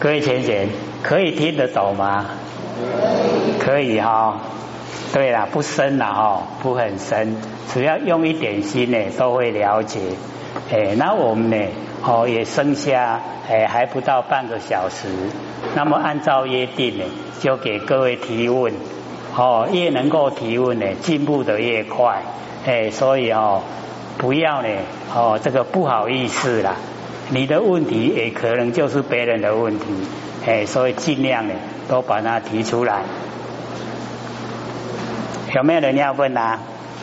各位浅浅，可以听得懂吗？可以哈。对啦，不深啦哈，不很深，只要用一点心呢，都会了解。那我们呢，也剩下还不到半个小时，那么按照约定呢，就给各位提问。越能够提问呢，进步的越快。所以不要呢，这个不好意思啦，你的问题也可能就是别人的问题。所以尽量呢，都把它提出来。有没有人要问啊？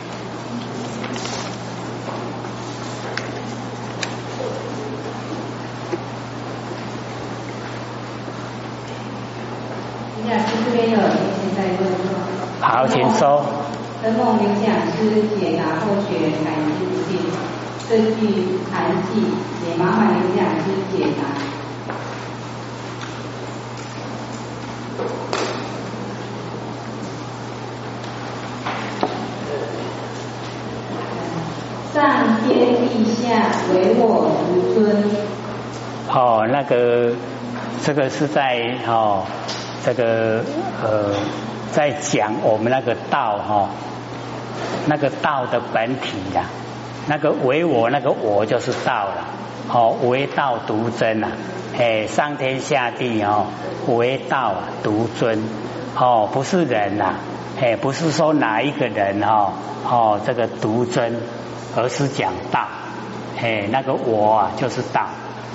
讲师这边有人现在问说， 好，请说。 跟梦刘讲师解答后学才自信，这句禅记也麻烦刘讲师解答。上天地下唯我独尊。 那个这个是在这个在讲我们那个道那个道的本体呀，那个唯我那个我就是道了。唯道独尊呐。上天下地唯道独尊。不是人呐。不是说哪一个人这个独尊，而是讲道。那个我就是道。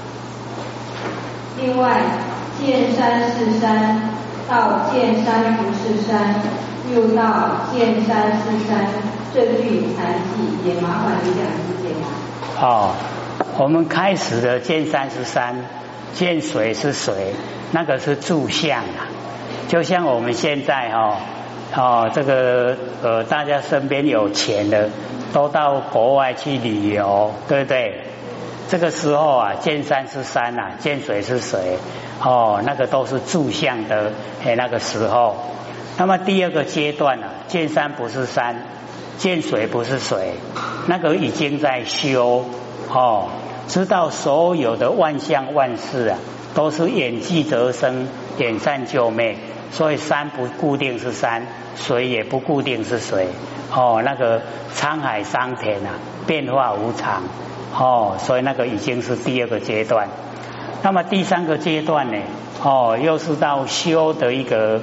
另外，见山是山，到见山不是山，又到见山是山，这句禅记也麻烦你讲师解答。 我们开始的见山是山，见水是水，那个是住相啊。就像我们现在这个大家身边有钱的都到国外去旅游，对不对？这个时候见山是山见水是水，那个都是住相的那个时候。那么第二个阶段见山不是山，见水不是水，那个已经在修知道所有的万象万事都是演即则生，演善就灭。所以山不固定是山，水也不固定是水。那个沧海桑田变化无常。所以那个已经是第二个阶段。那么第三个阶段呢？又是到修的一个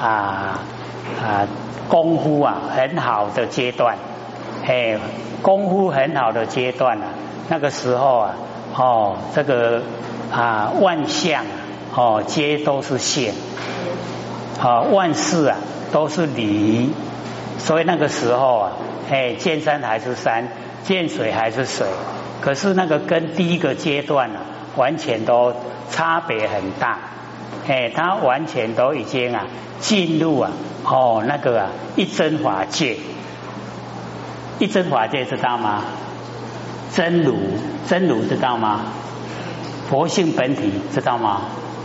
功夫很好的阶段。功夫很好的阶段那个时候这个万象皆都是现。万事都是理。所以那个时候见山还是山，见水还是水。可是那个跟第一个阶段完全都差别很大。它完全都已经进入那个一真法界。一真法界知道吗？真如知道吗？佛性本体知道吗？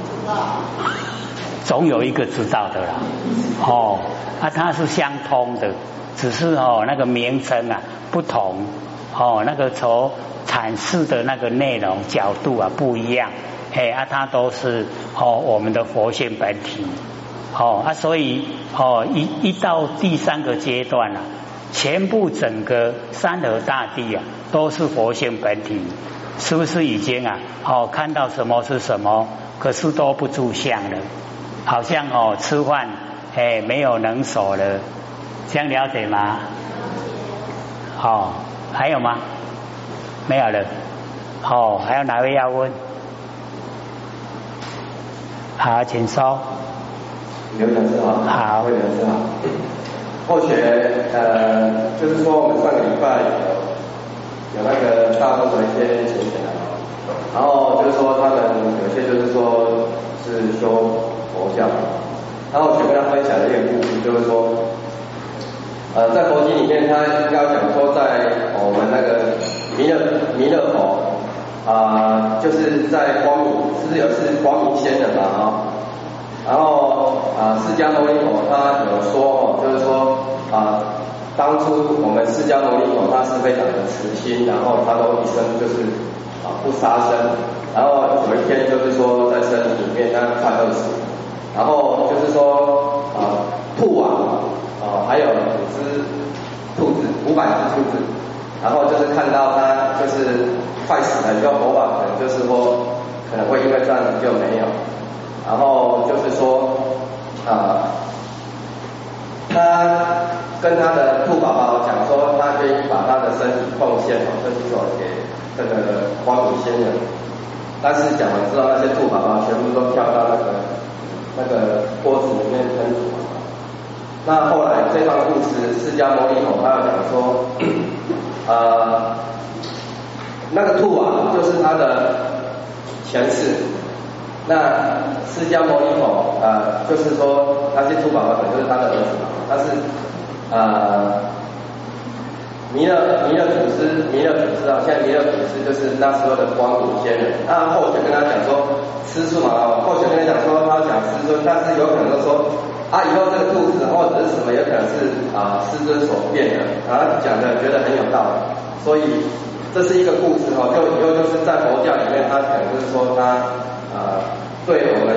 总有一个知道的啦。它是相通的，只是那个名称不同。那个从阐释的那个内容角度不一样。它都是我们的佛性本体。所以一到第三个阶段全部整个山河大地都是佛性本体。是不是已经看到什么是什么，可是都不住相了，好像吃饭没有能手了，这样了解吗？还有吗？没有了。还有哪位要问？好，请说。 刘讲师好。 好。 刘讲师好。后学就是说我们上个礼拜有那个大众的一些浅显然后就是说他们有些就是说是修佛教，然后我跟他分享的一个故事，就是说在佛经里面他要讲说在我们那个弥勒佛就是在光明是光明仙人嘛然后释迦牟尼佛他有说就是说当初我们释迦牟尼佛他是非常的慈心，然后他都一生就是不杀生，然后有一天就是说在森林里面他快饿死，然后就是说兔还有5只兔子，500只兔子，然后就是看到他就是快死了，就佛法可能就是说可能会因为这样子就没有，然后就是说他跟他的兔宝宝讲说，他愿意把他的身体奉献就是说给这个光明仙人，但是讲完之后，那些兔宝宝全部都跳到那个锅子里面蒸煮。那后来这段故事，释迦牟尼佛他有讲说，那个兔就是他的前世。那释迦牟尼佛就是说那些兔宝宝可能就是他的儿子嘛，但是弥勒祖师现在弥勒祖师就是那时候的光明仙人。那后学跟他讲说吃素嘛，后学跟他讲说他讲师尊，但是有可能说以后这个兔子或者是什么，有可能是师尊所变的，然后讲的觉得很有道理，所以这是一个故事就以后就是在佛教里面，他可能就是说他对我们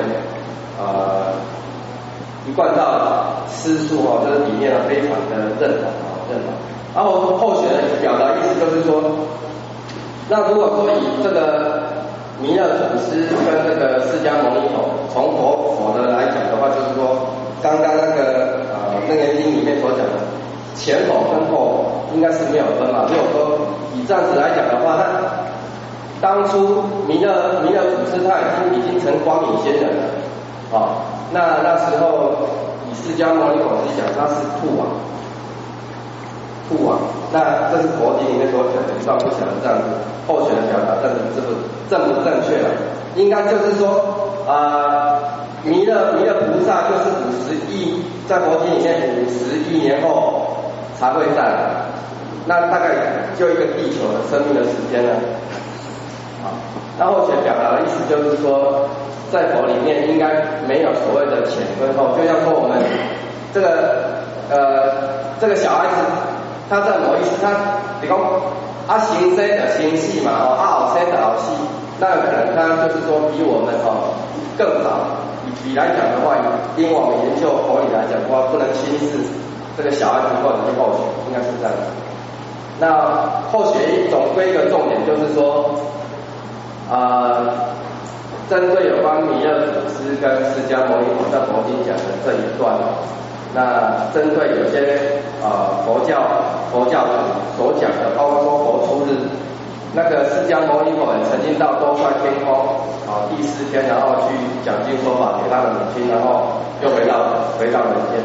一贯道吃素这个理念非常的认同。然后后学表达意思就是说，那如果说以这个弥勒祖师跟这个释迦牟尼佛从佛的来讲的话，就是说刚刚那个经里面所讲的前佛跟后佛应该是没有分嘛。如果说以这样子来讲的话，那当初弥勒祖师他已经成光明仙人了那时候以释迦牟尼佛来讲，他是兔那这是佛经里面所讲的，算不晓得这样子后学的表达正不正确了？应该就是说弥勒菩萨就是50亿，在佛经里面50亿年后才会再来，那大概就一个地球的生命的时间呢。那后学表达的意思就是说，在佛里面应该没有所谓的前跟后，就像说我们这个小孩子。他在某意思，你讲先生的先死嘛，后生的后死，那可能他就是说比我们更早。以来讲的话，因为我们研究佛理来讲的话，不能轻视这个小孩子或者是后学，应该是这样的。那后学总归一个重点就是说，针对有关弥勒祖师跟释迦牟尼佛在佛经讲的这一段。那针对有些佛教徒所讲的，包括说佛出日，那个释迦牟尼佛曾经到多帅天宫第4天，然后去讲经说法给他的母亲，然后又回到人间。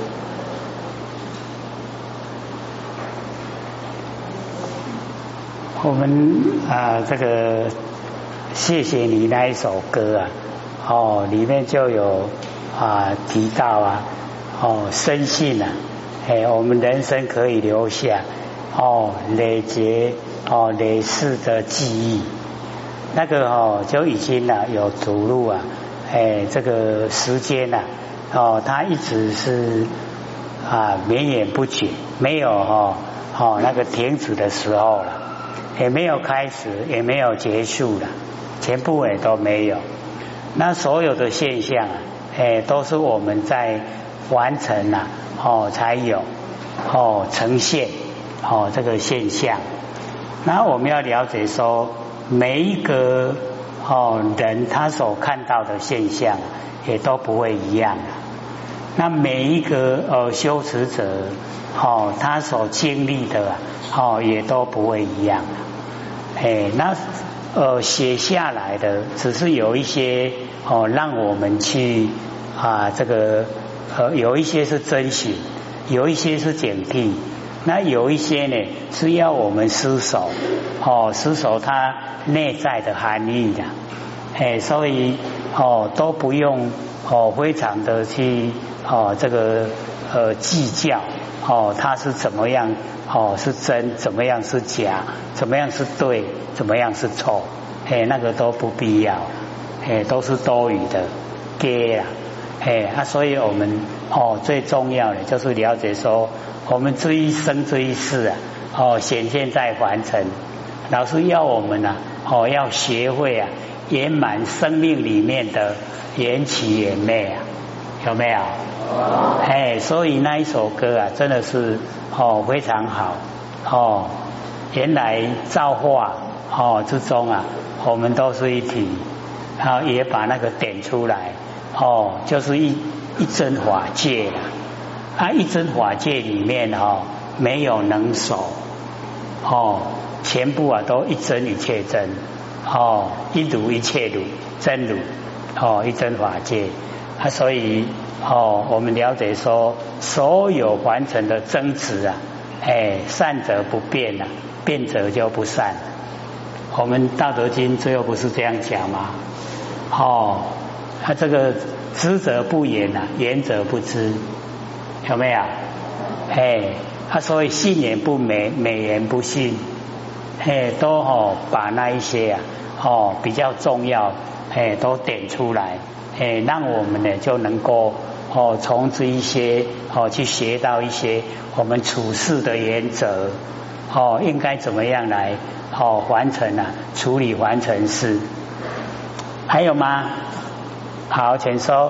我们这个谢谢你那一首歌里面就有提到深信我们人生可以留下累劫累世的记忆，那个就已经有逐入这个时间它一直是绵延不绝，没有那个停止的时候了，也没有开始，也没有结束了，全部也都没有。那所有的现象都是我们在完成才有呈现这个现象。那我们要了解说，每一个人他所看到的现象也都不会一样。那每一个修持者他所经历的也都不会一样。那写下来的只是有一些让我们去这个有一些是遵循，有一些是警惕，那有一些呢是要我们思守它内在的含义的。所以都不用非常的去这个计较它是怎么样是真，怎么样是假，怎么样是对，怎么样是错，那个都不必要，都是多余的给所以我们最重要的就是了解说，我们这一生这一世显现在凡尘，老师要我们要学会啊圆满生命里面的缘起缘灭啊，有没有？所以那一首歌啊，真的是非常好原来造化之中啊，我们都是一体，也把那个点出来就是一真法界啦。一真法界里面没有能守全部啊都一真一切真一如一切如真如一真法界所以我们了解说所有凡尘的争执啊善者不变啊，变者就不善。我们道德经最后不是这样讲吗？这个知者不言啊，言者不知，有没有？所以信言不美，美言不信，都把那一些比较重要都点出来，让我们呢就能够从这一些去学到一些我们处事的原则应该怎么样来完成处理完成事。还有吗？好，请说。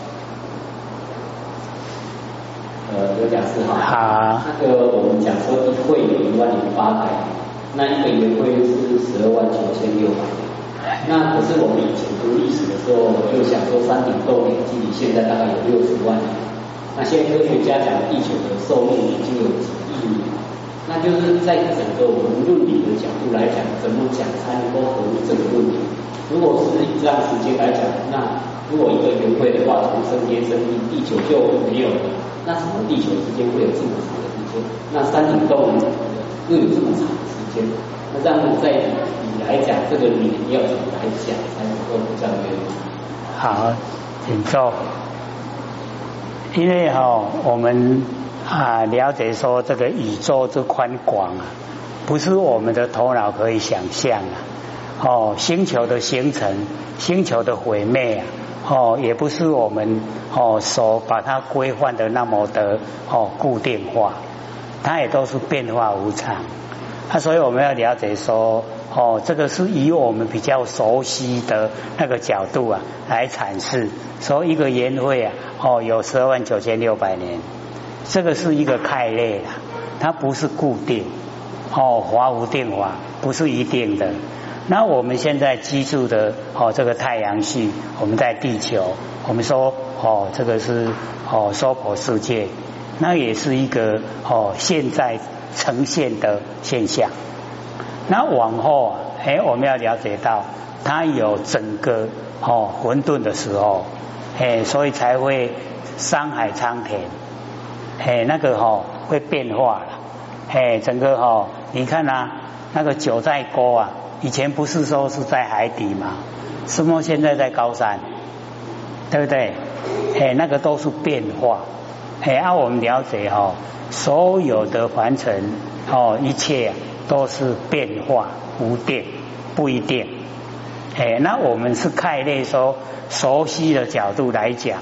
有讲师好。 那个我们讲说一会有10800，那一个圆会是129600。那可是我们以前读历史的时候，就想说山顶洞年距离现在大概有60万年。那现在科学家讲地球的寿命已经有几亿年，那就是在整个我们论理的角度来讲，怎么讲才能够合乎这个论理？如果是以这样时间来讲，那如果一个圆会的话，从生天生地，地球就没有了。那什么地球之间会有这么长的时间？那山顶洞又有这么长的时间？那这样在理来讲，这个理要怎么来讲才能够比较圆满？ 好，请坐。因为我们了解说这个宇宙之宽广不是我们的头脑可以想象星球的形成、星球的毁灭也不是我们所把它规范的那么的固定化，它也都是变化无常所以我们要了解说这个是以我们比较熟悉的那个角度来阐释，说一个圆会有129600年，这个是一个概类它不是固定法无定法，不是一定的。那我们现在居住的这个太阳系，我们在地球，我们说这个是娑婆世界，那也是一个现在呈现的现象。那往后我们要了解到它有整个混沌的时候所以才会山海苍田那个会变化了整个你看那个九寨沟以前不是说是在海底吗？什么现在在高山，对不对？那个都是变化我们了解所有的凡尘一切都是变化无定，不一定那我们是概类说熟悉的角度来讲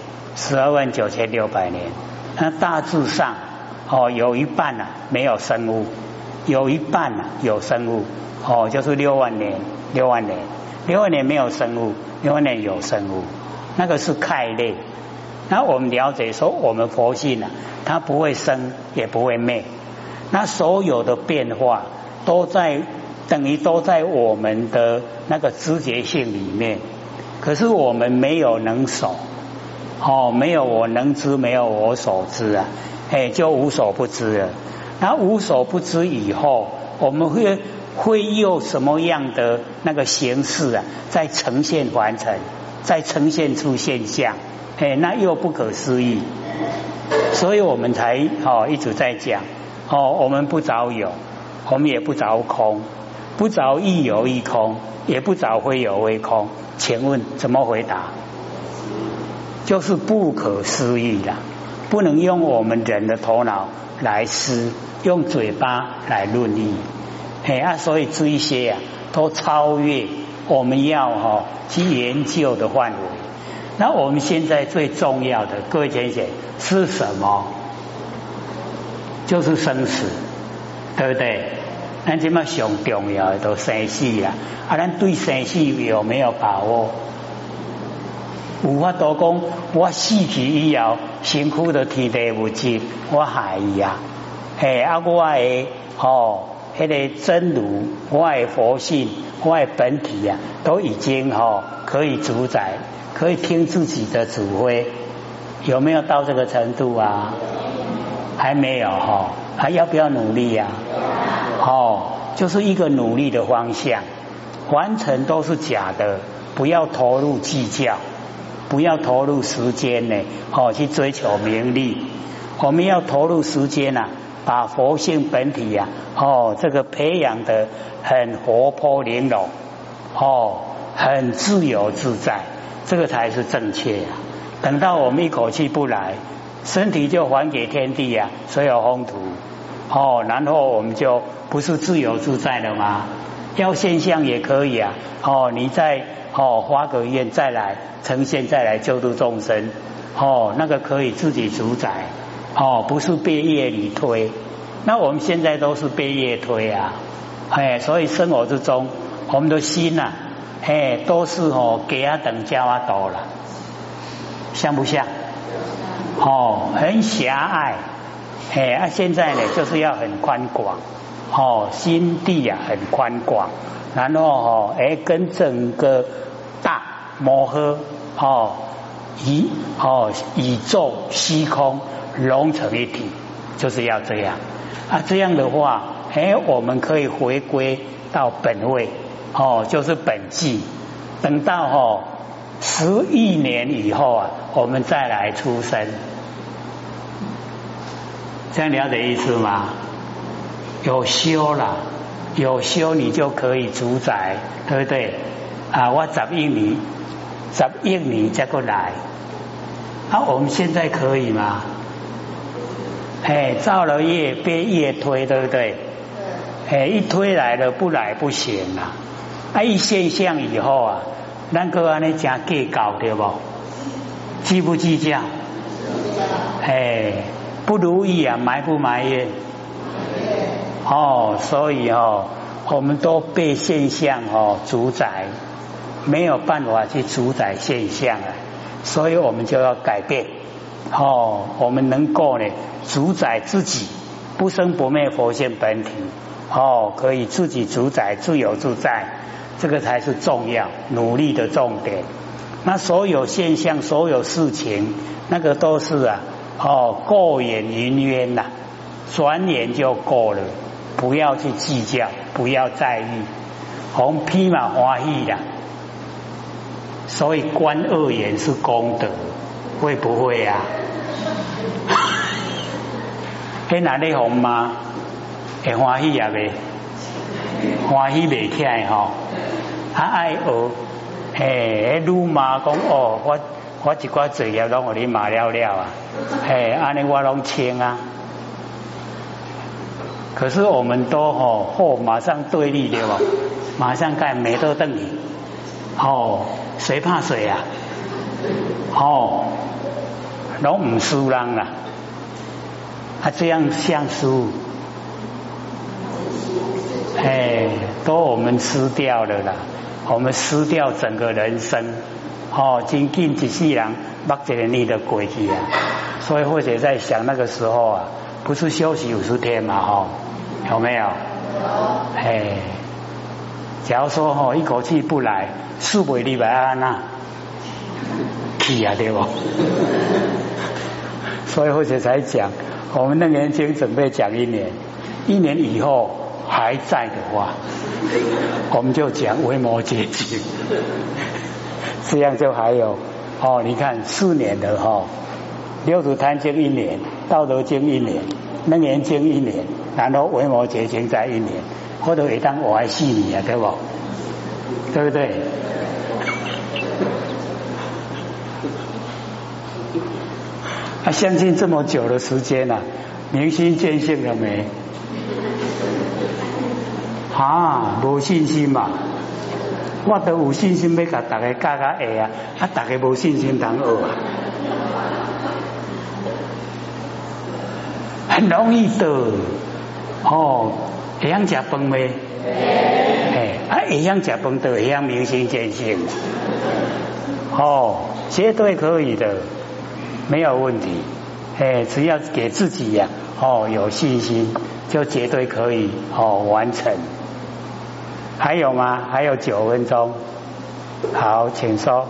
129600年，那大致上有一半没有生物，有一半有生物就是6万年，6万年没有生物，6万年有生物，那个是概类。那我们了解说我们佛性它不会生也不会灭，那所有的变化都在等于都在我们的那个知觉性里面，可是我们没有能守没有我能知，没有我所知就无所不知了。那无所不知以后，我们会用什么样的那个形式再呈现完成，再呈现出现象那又不可思议。所以我们才一直在讲我们不着有，我们也不着空，不着亦有亦空，也不着非有非空。请问怎么回答？就是不可思议啦，不能用我们人的头脑来思，用嘴巴来论议所以这一些都超越我们要去研究的范围。那我们现在最重要的，各位先生是什么？就是生死，对不对？ 咱即马上重要的都生死啦，咱对生死有没有把握？有法度讲，我死去以后，身躯的天地物质，我害伊啊，我的迄个真如，我的佛性，我的本体啊，都已经可以主宰，可以听自己的指挥，有没有到这个程度啊？还没有还要不要努力啊？就是一个努力的方向，完成都是假的，不要投入计较，不要投入时间呢，去追求名利，我们要投入时间啊，把佛性本体啊，这个培养的很活泼玲珑，很自由自在，这个才是正确啊。等到我们一口气不来，身体就还给天地啊，所有风土，然后我们就不是自由自在了吗？要现象也可以啊，你再发个愿再来呈现，再来救度众生，那个可以自己主宰，不是被业力推。那我们现在都是被业推啊，所以生活之中，我们的心啊，都是给啊等加啊多了，像不像？很狭隘，现在呢就是要很宽广，心地啊很宽广，然后跟整个大摩诃宇宙虚空融成一体，就是要这样啊。这样的话，我们可以回归到本位，就是本际。等到10亿年以后啊，我们再来出生，这样了解意思吗？有修了，有修你就可以主宰，对不对？我10亿年再过来，我们现在可以吗？造了业被业推，对不对？一推来了，不来不行啊！一现象以后啊，咱个安尼真计较对不？计不计较？不如意啊，埋不埋怨？所以我们都被现象主宰，没有办法去主宰现象啊，所以我们就要改变。我们能够呢主宰自己，不生不灭佛性本体，可以自己主宰，自由自在，这个才是重要，努力的重点。那所有现象，所有事情，那个都是过眼云烟呐，转眼就过了，不要去计较，不要在意，红披麻欢喜啦。所以观恶缘是功德，会不会啊？哪里红吗？会欢喜也未？欢喜未起来爱学，女妈讲我一寡罪业拢互你骂了了啊，安尼我拢清啊。可是我们都马上对立对吧？马上干没得瞪你，谁怕谁啊？拢唔输人啦，这样像输，都我们失掉了啦，我们失掉整个人生，真紧一世人目一个年就过去啊。所以或者在想那个时候啊，不是休息50天嘛，有没有？假如说一口气不来，4个礼拜安那去啊，对不？所以或者才讲，我们的年轻准备讲1年，1年以后还在的话，我们就讲维摩诘经，这样就还有你看4年的六祖坛经1年，道德经1年，楞严经1年，然后维摩诘经再1年，或者会当我还4年啊，对不？对不对？相信这么久的时间啊，明心见性了没？没信心嘛。我都有信心要甲大家教会啊，大家无信心通学啊，很容易的会晓食饭咩？会晓食饭就会晓明心见性。绝对可以的，没有问题。只要给自己呀，有信心，就绝对可以完成。还有吗？还有9分钟。好，请说。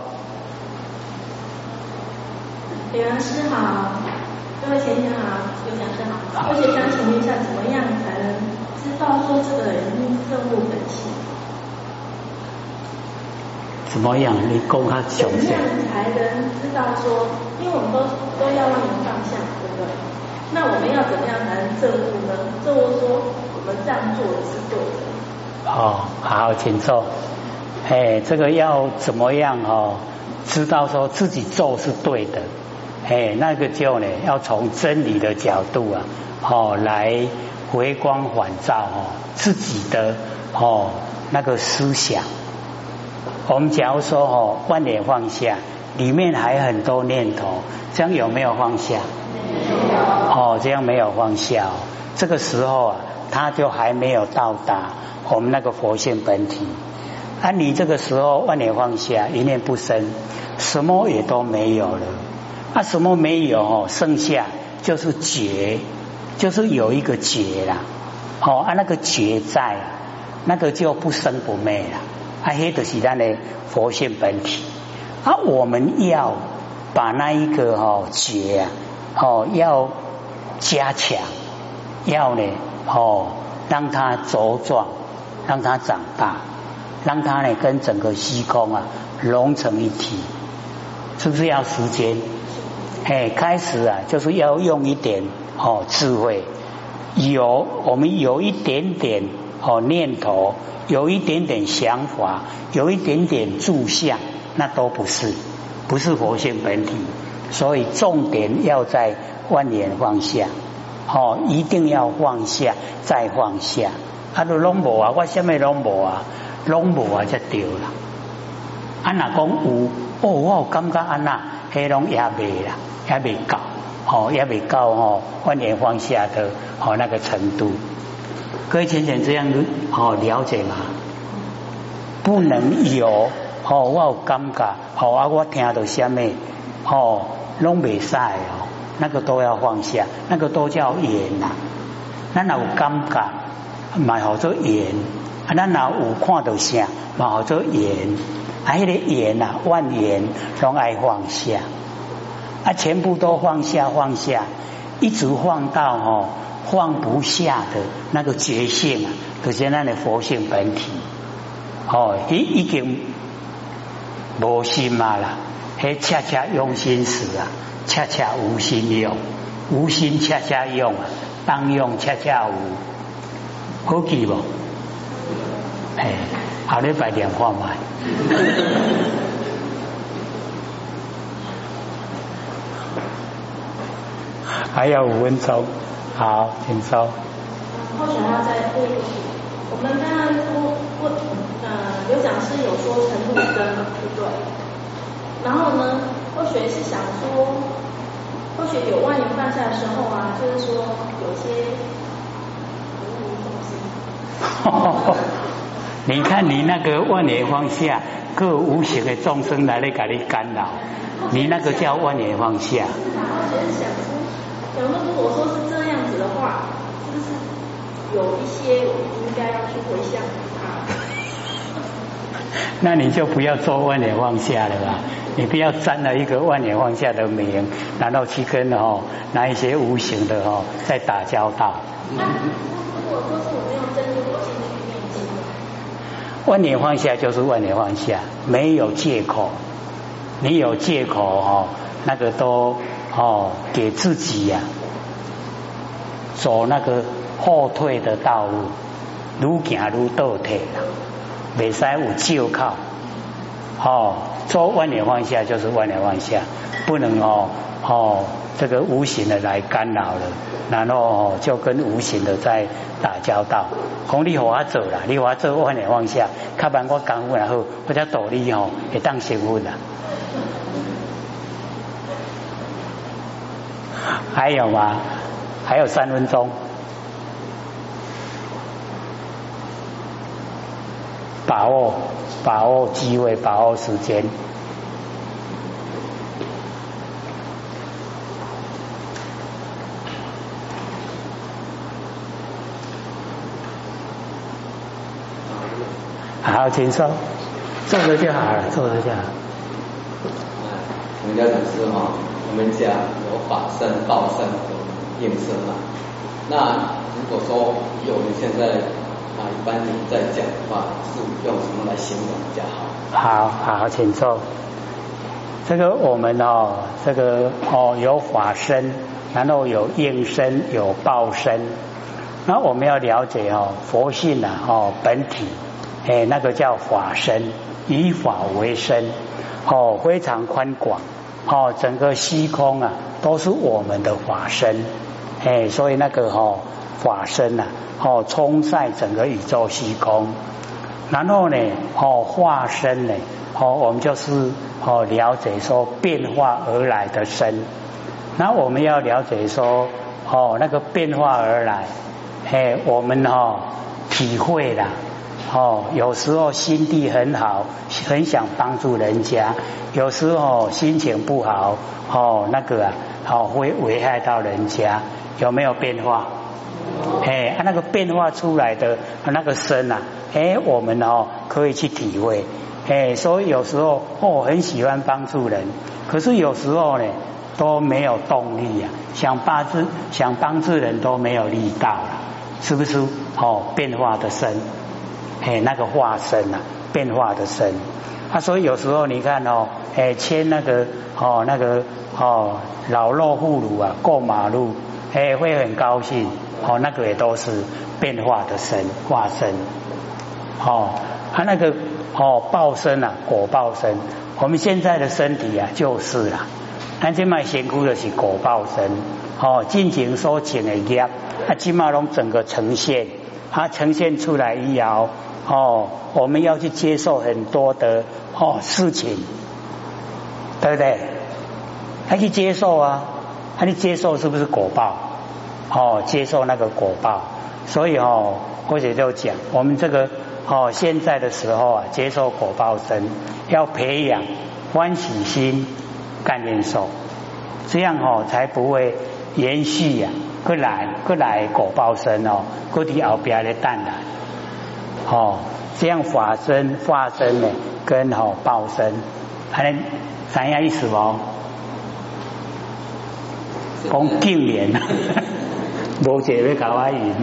李老师好，各位前贤好，有讲师好。我想请问一下，怎么样才能知道说这个人证悟本性？ 怎么样？你讲他详细。 怎样才能知道说，因为我们都要让人放下，对不对？那我们要怎么样才能证悟呢？证悟说我们这样做的是对的。 好，请坐。这个要怎么样知道说自己做是对的？那个就呢，要从真理的角度来回光返照自己的那个思想。我们假如说万念放下，里面还很多念头，这样有没有放下？这样没有放下这个时候他就还没有到达我们那个佛性本体。你这个时候万念放下，一念不生，什么也都没有了。什么没有剩下就是觉，就是有一个觉啦。那个觉在，那个就不生不灭了。那就是咱的佛性本体。我们要把那一个觉要加强，要呢让它茁壮，让它长大，让它呢跟整个虚空融成一体，是不是要时间？开始就是要用一点智慧，我们有一点点念头，有一点点想法，有一点点住相，那都不是佛性本体。所以重点要在万念放下，一定要放下再放下。都拢无我什么拢无拢无才对啦。若讲有我有感觉迄拢也未啦，也未到也未到万念放下的那个程度。各位浅浅这样了解吗？不能有我有感觉我听到什么拢未使那个都要放下，那个都叫缘啦。咱有感觉嘛叫做缘，咱有看到啥嘛叫做缘。那个缘万缘拢爱放下全部都放下，一直放到放不下的那个觉性就是咱的佛性本体已经无心啦，恰恰用心时恰恰无心用，无心恰恰用当用恰恰无，好记无？下礼拜练看卖。还有5分钟，好，请说。 或许还要再多一点。我们刚刚刘讲师有说成路根，对不对？然后呢，或许是想说，或许有万缘放下的时候就是说有些无众生。 你看你那个万缘放下，各无形的众生来给你干扰，你那个叫万缘放下。 我是想说，如果说是这样子的话，是不是有一些我们应该要去回向他？ 那你就不要做万缘放下了吧，你不要沾了一个万缘放下的名，然后去跟那一些无形的在打交道。 如果说是我没有真正我心去念经， 万缘放下就是万缘放下，没有借口。你有借口那个都给自己走那个后退的道路，愈行愈倒退啦，袂使有借口。做万缘放下就是万缘放下，不能这个无形的来干扰了，然后就跟无形的在打交道。讲你给我做啦，你给我做万缘放下，较慢我功夫也好，我才道理会当成分啦。还有吗？还有3分钟。 把握机会，把握时间。好，请说，坐着就好了，坐着就好。 我们家讲是我们家有法身、报身和应身嘛。那如果说以我们现在一般人在讲的话，是用什么来形容比较好？ 好，请坐。这个我们有法身，然后有应身，有报身。那我们要了解佛性本体。那个叫法身，以法为身，非常宽广，整个虚空啊都是我们的法身，所以那个法身啊，充塞整个宇宙虚空。然后呢，化身呢，我们就是了解说变化而来的身。那我们要了解说那个变化而来，我们体会了。有时候心地很好，很想帮助人家；有时候心情不好，会危害到人家。有没有变化？那个变化出来的那个身啊，我们可以去体会。所以有时候很喜欢帮助人，可是有时候呢都没有动力啊，想帮助人都没有力道了，是不是？变化的身。那个化身啊，变化的身所以有时候你看牵那个老弱妇孺啊过马路，会很高兴，那个也都是变化的身，化身。那个报身啊，果报身，我们现在的身体啊就是啦，咱这卖辛苦的是果报身，进前所种的业今嘛拢整个呈现，它呈现出来以后。我们要去接受很多的事情，对不对？要去接受啊，你接受是不是果报？接受那个果报，所以或者就讲，我们这个现在的时候啊，接受果报身，要培养欢喜心、感恩受，这样才不会延续啊，过来果报身过去后边的蛋来。这样法身、化身呢，跟报身，知影意思无？讲敬言，无一个要搞我赢。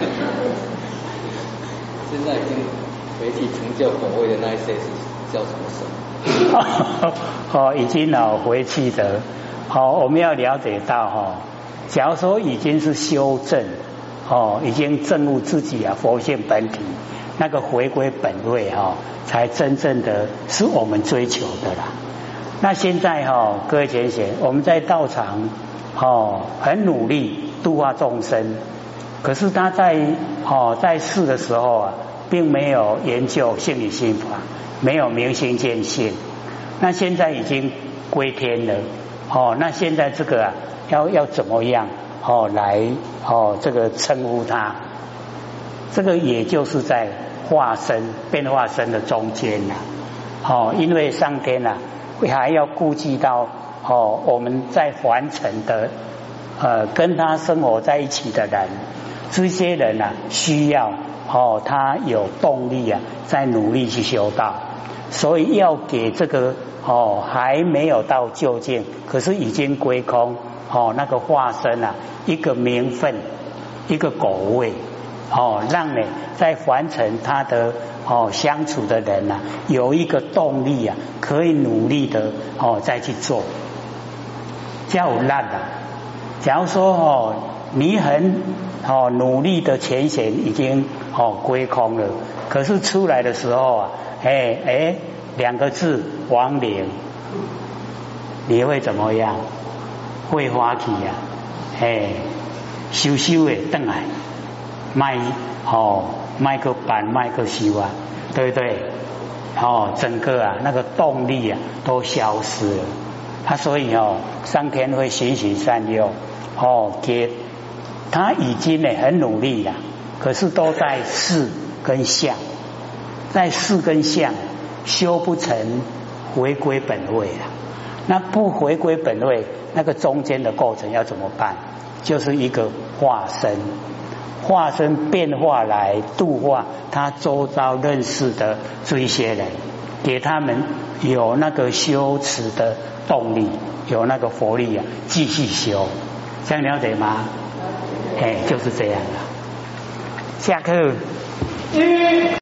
现在已经回去成就果位的那一些是叫什么神？ 已经回去的。我们要了解到假如说已经是修正，已经证悟自己佛性本体。那个回归本位才真正的是我们追求的啦。那现在各位贤贤，我们在道场很努力度化众生，可是他在世的时候并没有研究性理心法，没有明心见性。那现在已经归天了那现在这个要怎么样来这个称呼他？这个也就是在化身变化身的中间因为上天还要顾及到我们在凡尘的跟他生活在一起的人，这些人需要他有动力在努力去修道，所以要给这个还没有到究竟，可是已经归空那个化身一个名分，一个果位。让你在凡尘他的相处的人有一个动力可以努力的再去做。叫有力假如说你很努力的前贤已经归空了，可是出来的时候两个字亡灵，你会怎么样？会发起修的回来。卖个板卖个修对不对？整个那个动力都消失了。所以上天会循循善诱给他已经很努力了，可是都在事跟相在事跟相修不成回归本位啊。那不回归本位，那个中间的过程要怎么办？就是一个化身，化身变化来度化他周遭认识的这一些人，给他们有那个修持的动力，有那个佛力啊，继续修，这样了解吗？就是这样了。下课。